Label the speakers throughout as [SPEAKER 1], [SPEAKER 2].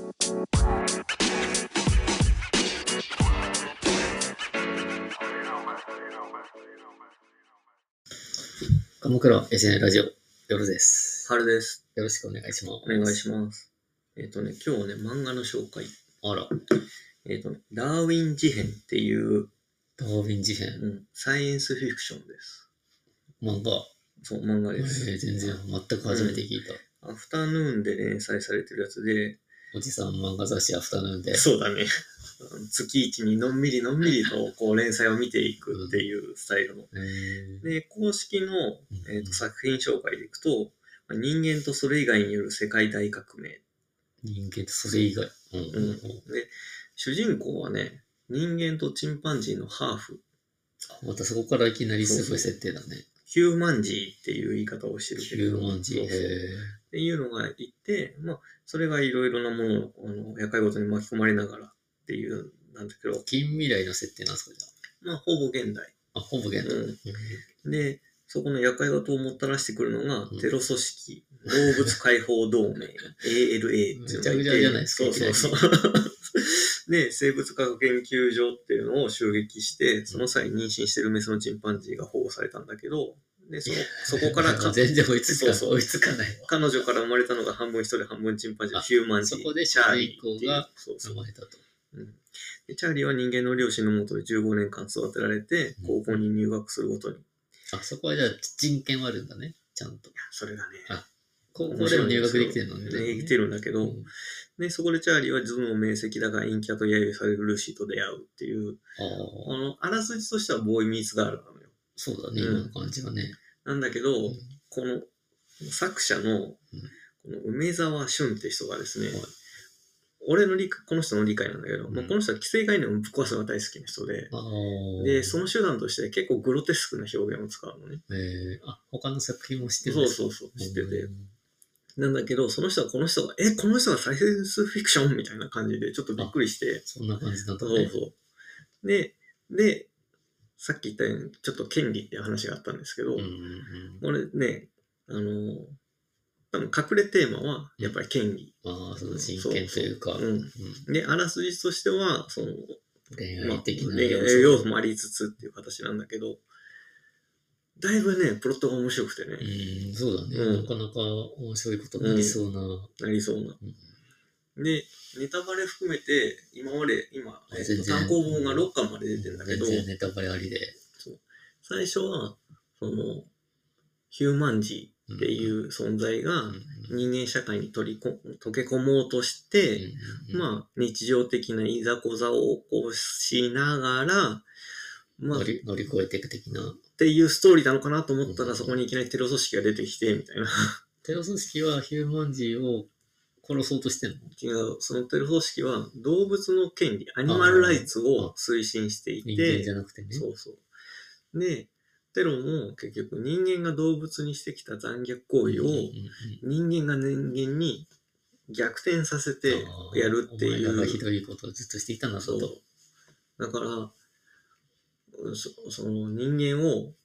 [SPEAKER 1] 鎌倉 SN ラジオ夜です。
[SPEAKER 2] 春です。
[SPEAKER 1] よろしくお願いします。
[SPEAKER 2] お願いします。今日はね、漫画の紹介。
[SPEAKER 1] あら。
[SPEAKER 2] ダーウィン事変っていう、
[SPEAKER 1] ダーウィン事変、
[SPEAKER 2] サイエンスフィクションです。
[SPEAKER 1] 漫画。
[SPEAKER 2] そう、漫画です。
[SPEAKER 1] 全然、全く初めて聞いた、
[SPEAKER 2] アフタヌーンで連載されてるやつで、
[SPEAKER 1] おじさん漫画雑誌アフタヌーンで。
[SPEAKER 2] そうだね。月一にのんびりとこう連載を見ていくっていうスタイルの。で、公式の、作品紹介でいくと、人間とそれ以外による世界大革命。
[SPEAKER 1] 人間とそれ以外。
[SPEAKER 2] で、主人公はね、人間とチンパンジーのハーフ。
[SPEAKER 1] またそこからいきなりすごい設定だね。
[SPEAKER 2] ヒューマンジーっていう言い方をしてるけど。
[SPEAKER 1] ヒューマンジー。
[SPEAKER 2] っていうのがいて、それがいろいろなものを、厄介事に巻き込まれながらっていう、なんだけど。
[SPEAKER 1] 近未来の設定なんですか、じゃあ。
[SPEAKER 2] ほぼ現代。
[SPEAKER 1] ほぼ現代。
[SPEAKER 2] で、そこの厄介事をもたらしてくるのが、テロ組織、動物解放同盟、ALA っていうのがいて。
[SPEAKER 1] めちゃくちゃじゃないですか。
[SPEAKER 2] そう。で、生物科学研究所っていうのを襲撃して、その際妊娠してるメスのチンパンジーが保護されたんだけど、で、そこから
[SPEAKER 1] 全然追いつかない。
[SPEAKER 2] 彼女から生まれたのが半分人で半分チンパンジー、ヒューマンジー。
[SPEAKER 1] そこでチャーリーが生まれたと。
[SPEAKER 2] でチャーリーは人間の両親のもとで15年間育てられて、高校に入学するごとに。
[SPEAKER 1] そこはじゃあ人権はあるんだね、ちゃんと。
[SPEAKER 2] それがね。
[SPEAKER 1] 高校でも入学できてるのね。
[SPEAKER 2] できてるんだけど、で、そこでチャーリーは頭脳明晰だが陰キャと揶揄されるルーシーと出会うっていう、あらすじとしてはボーイミーツガールなのよ。
[SPEAKER 1] そうだね、今の感じはね。
[SPEAKER 2] なんだけど、この作者の、この梅沢俊って人がですね、この人の理解なんだけど、この人は既成概念をぶっ壊すのが大好きな人で、で、その手段として結構グロテスクな表現を使うのね。
[SPEAKER 1] 他の作品も知ってる
[SPEAKER 2] んですか？そう、知ってて。なんだけど、その人がこの人がサイエンスフィクションみたいな感じでちょっとびっくりして。
[SPEAKER 1] そんな感じだったね。
[SPEAKER 2] そう。で、さっき言ったようにちょっと権利っていう話があったんですけど、これね、多分隠れテーマはやっぱり権利。
[SPEAKER 1] その人権というか。
[SPEAKER 2] で、あらすじとしては、その、
[SPEAKER 1] 恋愛的な
[SPEAKER 2] 要素もありつつっていう形なんだけど、だいぶね、プロットが面白くてね。
[SPEAKER 1] そうだね。なかなか面白いことになりそうな。
[SPEAKER 2] で、ネタバレ含めて、今、単行本が6巻まで出てるんだけど、
[SPEAKER 1] 全然ネタバレありで。
[SPEAKER 2] 最初は、その、ヒューマンジーっていう存在が人間社会に溶け込もうとして、日常的ないざこざを起こしながら、
[SPEAKER 1] 乗り越えていく的な。
[SPEAKER 2] っていうストーリーなのかなと思ったら、そこにいきなりテロ組織が出てきて、みたいな。
[SPEAKER 1] テロ組織はヒューマンジーを殺そうとしてんの？
[SPEAKER 2] 違う。そのテロ組織は動物の権利、アニマルライツを推進していて、
[SPEAKER 1] 人間じゃなくてね。
[SPEAKER 2] そう。で、テロも結局人間が動物にしてきた残虐行為を人間が人間に逆転させてやるっていう。
[SPEAKER 1] お前らがひどいことをずっとしていたんだぞと。
[SPEAKER 2] だから、その人間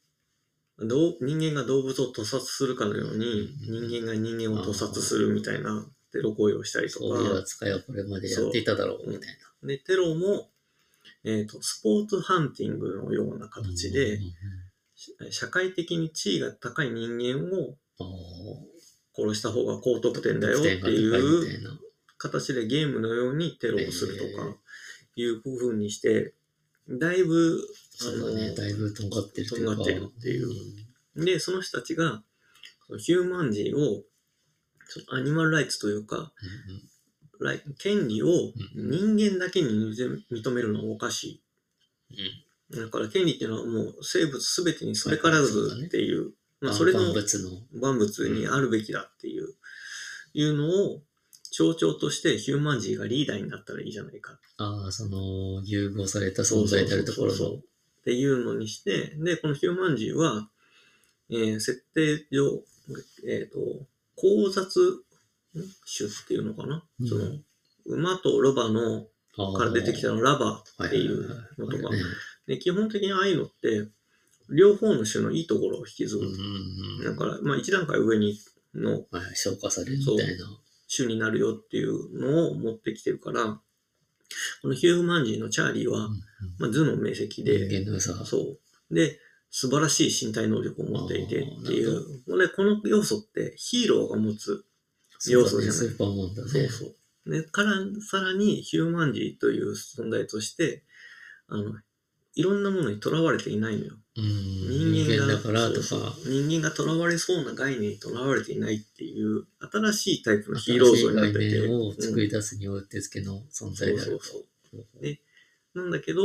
[SPEAKER 2] が動物を屠殺するかのように、人間が人間を屠殺するみたいなテロ行為をしたりとか。
[SPEAKER 1] そういう扱いはこれまでやっていただろうみたいな。
[SPEAKER 2] で、テロも、スポーツハンティングのような形で、社会的に地位が高い人間を殺した方が高得点だよっていう形でゲームのようにテロをするとかいう風にして、だいぶ、
[SPEAKER 1] だいぶとんがってる
[SPEAKER 2] っていう。で、その人たちが、ヒューマンジーを、アニマルライツというか、権利を人間だけに認めるのはおかしい。だから権利っていうのはもう生物すべてにそれからずっていう、それの万物にあるべきだっていうのを象徴としてヒューマンジーがリーダーになったらいいじゃないか。
[SPEAKER 1] その融合された存在であるところの。
[SPEAKER 2] っていうのにして、で、このヒューマンジーは、設定上、交雑種っていうのかな、その、馬とロバの、から出てきたのラバっていうのとか、で基本的にああいうのって、両方の種のいいところを引きずる。だから、一段階上にの、
[SPEAKER 1] 消化されるみたいな。
[SPEAKER 2] 種になるよっていうのを持ってきてるから、このヒューマンジーのチャーリーは、まあ、頭脳明晰で、
[SPEAKER 1] 人間の良さ。
[SPEAKER 2] そう。で、素晴らしい身体能力を持っていてっていう。この要素ってヒーローが持つ要素じゃない。
[SPEAKER 1] スーパーマンだね。
[SPEAKER 2] そうそう。ね、さらにヒューマンジーという存在として、いろんなものにとらわれていないのよ。
[SPEAKER 1] 人間だからとか。
[SPEAKER 2] 人間がとらわれそうな概念にとらわれていないっていう、新しいタイプのヒーロー像になってて。
[SPEAKER 1] 新しい概念を作り出すにはうってつけの存在である。
[SPEAKER 2] そうで、なんだけど、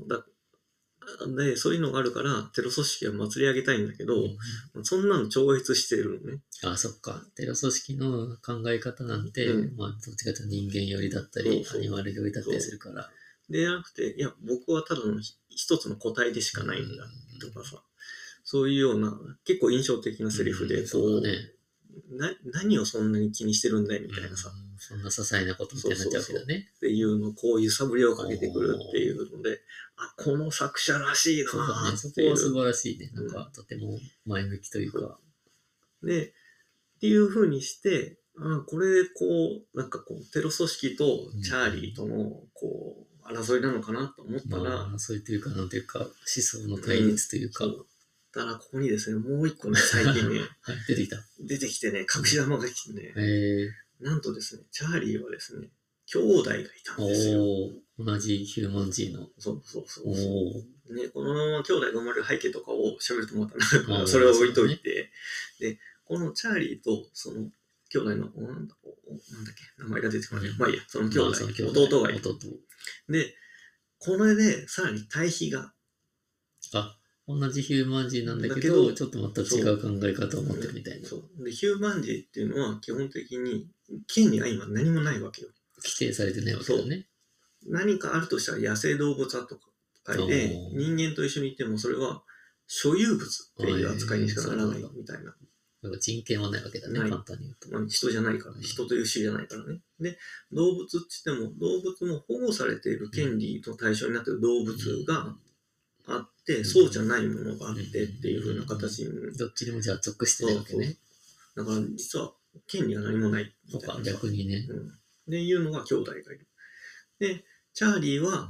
[SPEAKER 2] そういうのがあるから、テロ組織は祭り上げたいんだけど、そんなの超越してるのね。
[SPEAKER 1] あ、そっか。テロ組織の考え方なんて、まあ、どっちかというと人間寄りだったり、アニマル寄りだったりするから。
[SPEAKER 2] でなくて、いや、僕はただの一つの個体でしかないんだ、とかさ、そういうような、結構印象的なセリフで、
[SPEAKER 1] そうだね。
[SPEAKER 2] 何をそんなに気にしてるんだいみたいなさ。
[SPEAKER 1] そんな些細なことみたいになっちゃうわけだね。
[SPEAKER 2] っていうのをこう揺さぶりをかけてくるっていうので、あ、この作者らしいなぁっていう。
[SPEAKER 1] そこは素晴らしいね。なんか、とても前向きというか。
[SPEAKER 2] で、っていう風にして、これ、なんかテロ組織とチャーリーとの、争いなのかなと思ったら、
[SPEAKER 1] 争いというか、なんていうか、思想の対立というか。
[SPEAKER 2] だからここにですね、もう一個ね、最近ね、出てきてね、隠し玉が来てね、なんとですね、チャーリーはですね、兄弟がいたんですよ。
[SPEAKER 1] 同じヒューマンジーの。
[SPEAKER 2] そう。ね、このまま兄弟が生まれる背景とかを喋るとまたなんか、それを置いといて、で、このチャーリーと、その、兄弟の、なんだっけ、名前が出てこない。まあいいや、その兄弟、弟がいる。で、これで、さらに対比が。
[SPEAKER 1] 同じヒューマンジーなんだけど、ちょっとまた違う考え方を持ってるみたいな。
[SPEAKER 2] で、ヒューマンジーっていうのは、基本的に、権利が今何もないわけよ。
[SPEAKER 1] 規定されてないわけだね。
[SPEAKER 2] 何かあるとしたら野生動物扱いで、人間と一緒にいてもそれは所有物っていう扱いにしかならないみたいな。
[SPEAKER 1] 人権はないわけだね、簡単に言うと。
[SPEAKER 2] 人じゃないから、人という種じゃないからね。で、動物って言っても、動物も保護されている権利の対象になっている動物があって、そうじゃないものがあってっていう風な形に。
[SPEAKER 1] どっちにもじゃあ属してないわけね。
[SPEAKER 2] だから実は権利が何もないみたいな。
[SPEAKER 1] 逆にね。
[SPEAKER 2] っていうのが兄弟がいる。で、チャーリーは、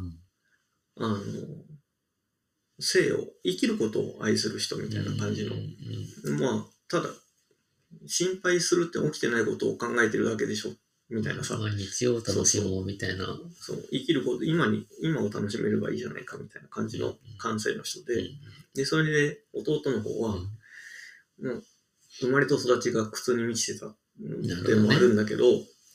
[SPEAKER 2] 生を、生きることを愛する人みたいな感じの。まあ、ただ、心配するって起きてないことを考えてるだけでしょみたいなさ。
[SPEAKER 1] 毎日を楽しもうみたいな。
[SPEAKER 2] そう、生きること、今を楽しめればいいじゃないかみたいな感じの感性の人で、で、それで弟の方は、もう、生まれと育ちが苦痛に満ちてたでもあるんだけど、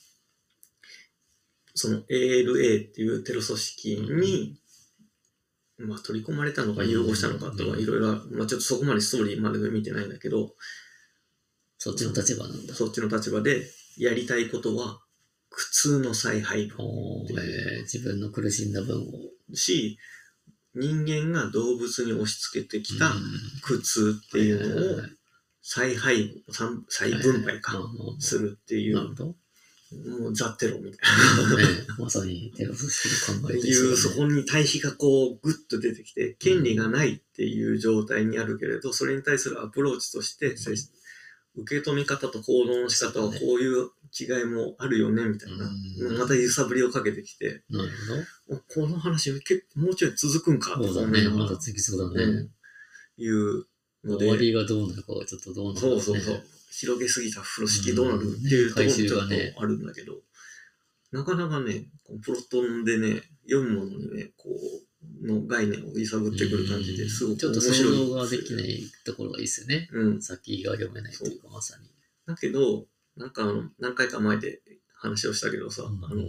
[SPEAKER 2] その ALA っていうテロ組織に、まあ取り込まれたのか融合したのかとかいろいろ、まあちょっとそこまでストーリーまで見てないんだけど、
[SPEAKER 1] そっちの立場なんだ。
[SPEAKER 2] そっちの立場でやりたいことは苦痛の再配分。
[SPEAKER 1] 自分の苦しんだ分を。
[SPEAKER 2] 人間が動物に押し付けてきた苦痛っていうのを再分配するっていう。
[SPEAKER 1] なるほど。
[SPEAKER 2] もうザ・テロみたい
[SPEAKER 1] な。まさにテロ組織の考え
[SPEAKER 2] っていう、そこに対比がグッと出てきて、権利がないっていう状態にあるけれど、それに対するアプローチとして、受け止め方と行動の仕方はこういう違いもあるよね、みたいな。また揺さぶりをかけてきて、
[SPEAKER 1] なるほど。
[SPEAKER 2] この話もうちょい続くんか
[SPEAKER 1] と思いながら。まだ続きそうだね。
[SPEAKER 2] いうので。
[SPEAKER 1] 終わりがどうなるかはちょっとどうなるか。
[SPEAKER 2] そう。広げすぎた風呂敷どうなるっていうところもちょっとあるんだけど、なかなかね、プロットでね、読むものにね、の概念を揺さぶってくる感じですごく面白い。
[SPEAKER 1] ちょっと想像ができないところがいいですよね。先が読めないというか、まさに。
[SPEAKER 2] だけど、なんか何回か前で話をしたけどさ、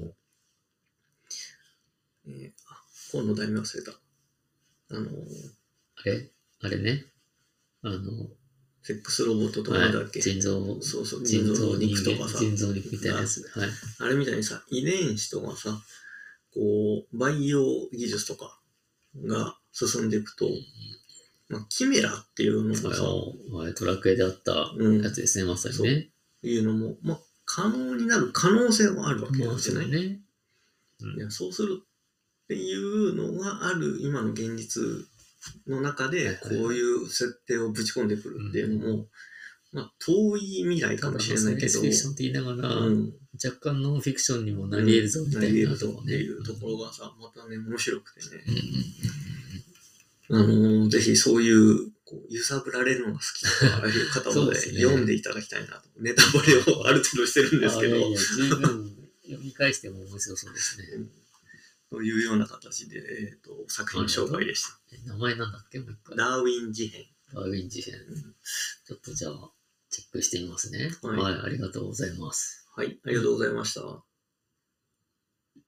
[SPEAKER 2] 本の題名忘れた。
[SPEAKER 1] あれね。
[SPEAKER 2] セックスロボットとかなんだっけ、
[SPEAKER 1] 人造
[SPEAKER 2] 肉とかさ。
[SPEAKER 1] 人造肉みたいなやつ。
[SPEAKER 2] あれみたいにさ、遺伝子とかさ、培養技術とかが進んでいくと、まあ、キメラっていうのがさ、
[SPEAKER 1] ドラクエであったやつですね、まさにね。
[SPEAKER 2] いうのも、まあ、可能になる可能性はあるわけじゃないね。そうするっていうのがある今の現実の中で、こういう設定をぶち込んでくるっていうのも、 まあ、遠い未来かもしれないけど、
[SPEAKER 1] サイエンスフィクションって言いながら、
[SPEAKER 2] うん、
[SPEAKER 1] 若干ノンフィクションにもなり得るぞみた
[SPEAKER 2] なり
[SPEAKER 1] いな
[SPEAKER 2] 得るぞって
[SPEAKER 1] とこね。
[SPEAKER 2] いうところがさ、またね、面白くてね。
[SPEAKER 1] うんうん
[SPEAKER 2] ぜひそういうこう揺さぶられるのが好きという方はね、
[SPEAKER 1] そうですね
[SPEAKER 2] 読んでいただきたいなと。ネタバレをある程度してるんですけど、
[SPEAKER 1] いやいや、十分読み返しても面白そうですね。
[SPEAKER 2] というような形で、作品紹介でした。
[SPEAKER 1] 名前なんだっけもう一回。
[SPEAKER 2] ダーウィン事変。
[SPEAKER 1] ダーウィン事変。ちょっとじゃあ、チェックしてみますね。
[SPEAKER 2] はい
[SPEAKER 1] はい、ありがとうございます。
[SPEAKER 2] はい、ありがとうございました。